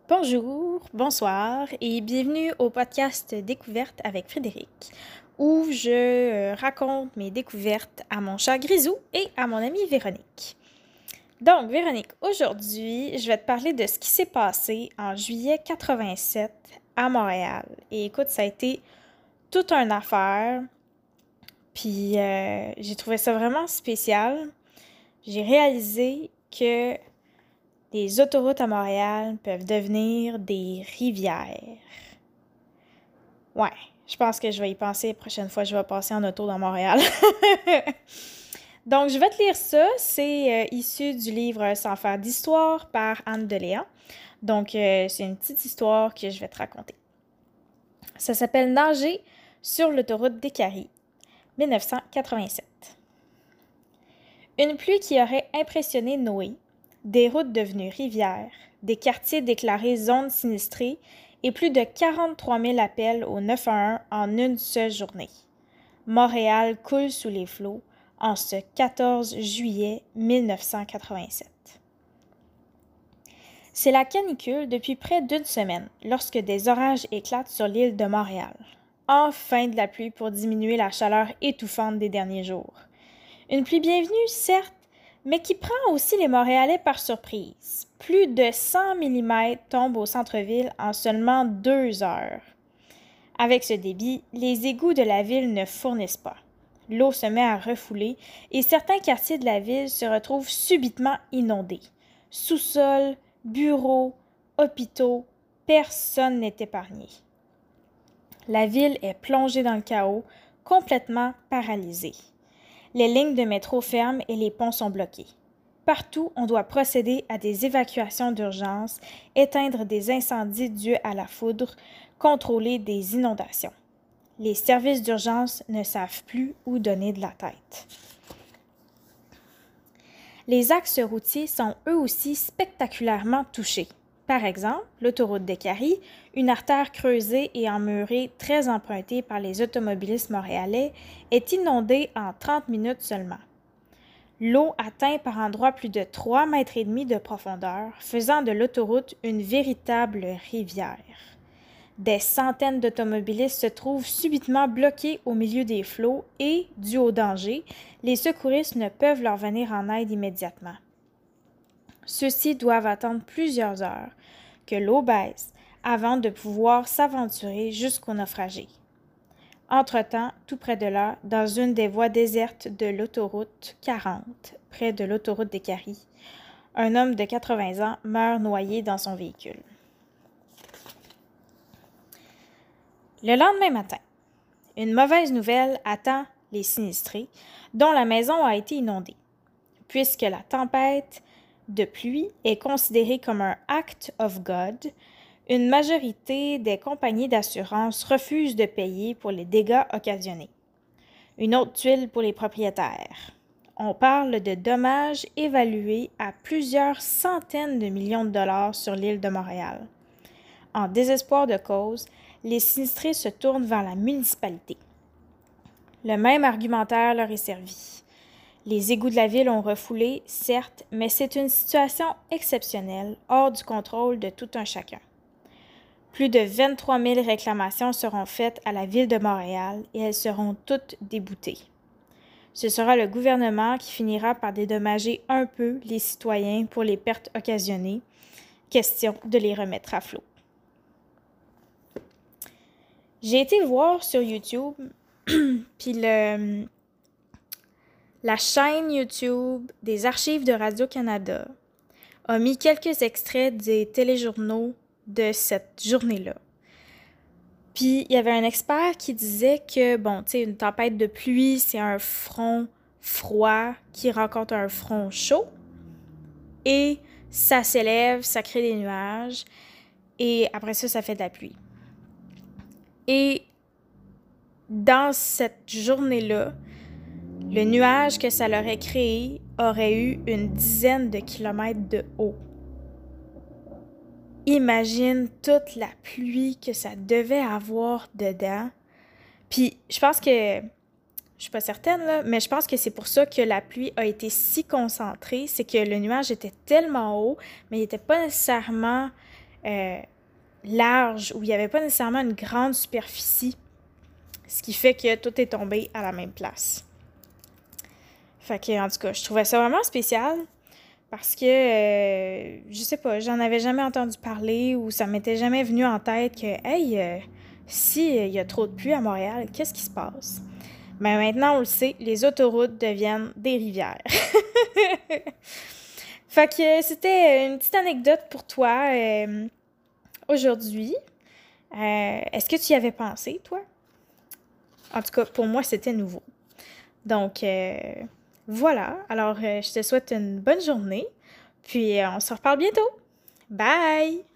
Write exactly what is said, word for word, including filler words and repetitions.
Bonjour, bonsoir et bienvenue au podcast Découverte avec Frédéric, où je euh, raconte mes découvertes à mon chat Grisou et à mon amie Véronique. Donc, Véronique, aujourd'hui, je vais te parler de ce qui s'est passé en juillet quatre-vingt-sept à Montréal. Et écoute, ça a été toute une affaire, puis euh, j'ai trouvé ça vraiment spécial. J'ai réalisé que les autoroutes à Montréal peuvent devenir des rivières. Ouais, je pense que je vais y penser la prochaine fois que je vais passer en auto dans Montréal. Donc, je vais te lire ça. C'est euh, issu du livre Sans faire d'histoire par Anne Deléan. Donc, euh, c'est une petite histoire que je vais te raconter. Ça s'appelle Nager sur l'autoroute d'Écarie, mille neuf cent quatre-vingt-sept. Une pluie qui aurait impressionné Noé, des routes devenues rivières, des quartiers déclarés zones sinistrées et plus de quarante-trois mille appels au neuf un un en une seule journée. Montréal coule sous les flots en ce quatorze juillet mille neuf cent quatre-vingt-sept. C'est la canicule depuis près d'une semaine lorsque des orages éclatent sur l'île de Montréal. Enfin de la pluie pour diminuer la chaleur étouffante des derniers jours. Une pluie bienvenue, certes, mais qui prend aussi les Montréalais par surprise. Plus de cent millimètres tombent au centre-ville en seulement deux heures. Avec ce débit, les égouts de la ville ne fournissent pas. L'eau se met à refouler et certains quartiers de la ville se retrouvent subitement inondés. Sous-sol, bureaux, hôpitaux, personne n'est épargné. La ville est plongée dans le chaos, complètement paralysée. Les lignes de métro ferment et les ponts sont bloqués. Partout, on doit procéder à des évacuations d'urgence, éteindre des incendies dus à la foudre, contrôler des inondations. Les services d'urgence ne savent plus où donner de la tête. Les axes routiers sont eux aussi spectaculairement touchés. Par exemple, l'autoroute d'Écarie, une artère creusée et emmurée très empruntée par les automobilistes montréalais, est inondée en trente minutes seulement. L'eau atteint par endroits plus de trois mètres et demi de profondeur, faisant de l'autoroute une véritable rivière. Des centaines d'automobilistes se trouvent subitement bloqués au milieu des flots et, dû au danger, les secouristes ne peuvent leur venir en aide immédiatement. Ceux-ci doivent attendre plusieurs heures que l'eau baisse avant de pouvoir s'aventurer jusqu'aux naufragés. Entre-temps, tout près de là, dans une des voies désertes de l'autoroute quarante, près de l'autoroute d'Écarie, un homme de quatre-vingts ans meurt noyé dans son véhicule. Le lendemain matin, une mauvaise nouvelle attend les sinistrés, dont la maison a été inondée, puisque la tempête de pluie est considérée comme un act of God. Une majorité des compagnies d'assurance refusent de payer pour les dégâts occasionnés. Une autre tuile pour les propriétaires. On parle de dommages évalués à plusieurs centaines de millions de dollars sur l'île de Montréal. En désespoir de cause, les sinistrés se tournent vers la municipalité. Le même argumentaire leur est servi. Les égouts de la ville ont refoulé, certes, mais c'est une situation exceptionnelle, hors du contrôle de tout un chacun. Plus de vingt-trois mille réclamations seront faites à la Ville de Montréal et elles seront toutes déboutées. Ce sera le gouvernement qui finira par dédommager un peu les citoyens pour les pertes occasionnées. Question de les remettre à flot. J'ai été voir sur YouTube, puis le, la chaîne YouTube des Archives de Radio-Canada a mis quelques extraits des téléjournaux de cette journée-là. Puis, il y avait un expert qui disait que, bon, tu sais, une tempête de pluie, c'est un front froid qui rencontre un front chaud. Et ça s'élève, ça crée des nuages. Et après ça, ça fait de la pluie. Et dans cette journée-là, le nuage que ça leur a créé aurait eu une dizaine de kilomètres de haut. Imagine toute la pluie que ça devait avoir dedans. Puis, je pense que, je suis pas certaine, là, mais je pense que c'est pour ça que la pluie a été si concentrée. C'est que le nuage était tellement haut, mais il n'était pas nécessairement euh, large, où il n'y avait pas nécessairement une grande superficie, ce qui fait que tout est tombé à la même place. Fait que, en tout cas, je trouvais ça vraiment spécial parce que, euh, je sais pas, j'en avais jamais entendu parler ou ça m'était jamais venu en tête que, hey, euh, si il y a trop de pluie à Montréal, qu'est-ce qui se passe? Mais maintenant, on le sait, les autoroutes deviennent des rivières. Fait que c'était une petite anecdote pour toi euh, aujourd'hui. Euh, est-ce que tu y avais pensé, toi? En tout cas, pour moi, c'était nouveau. Donc, euh, voilà. Alors, euh, je te souhaite une bonne journée. Puis, euh, on se reparle bientôt. Bye!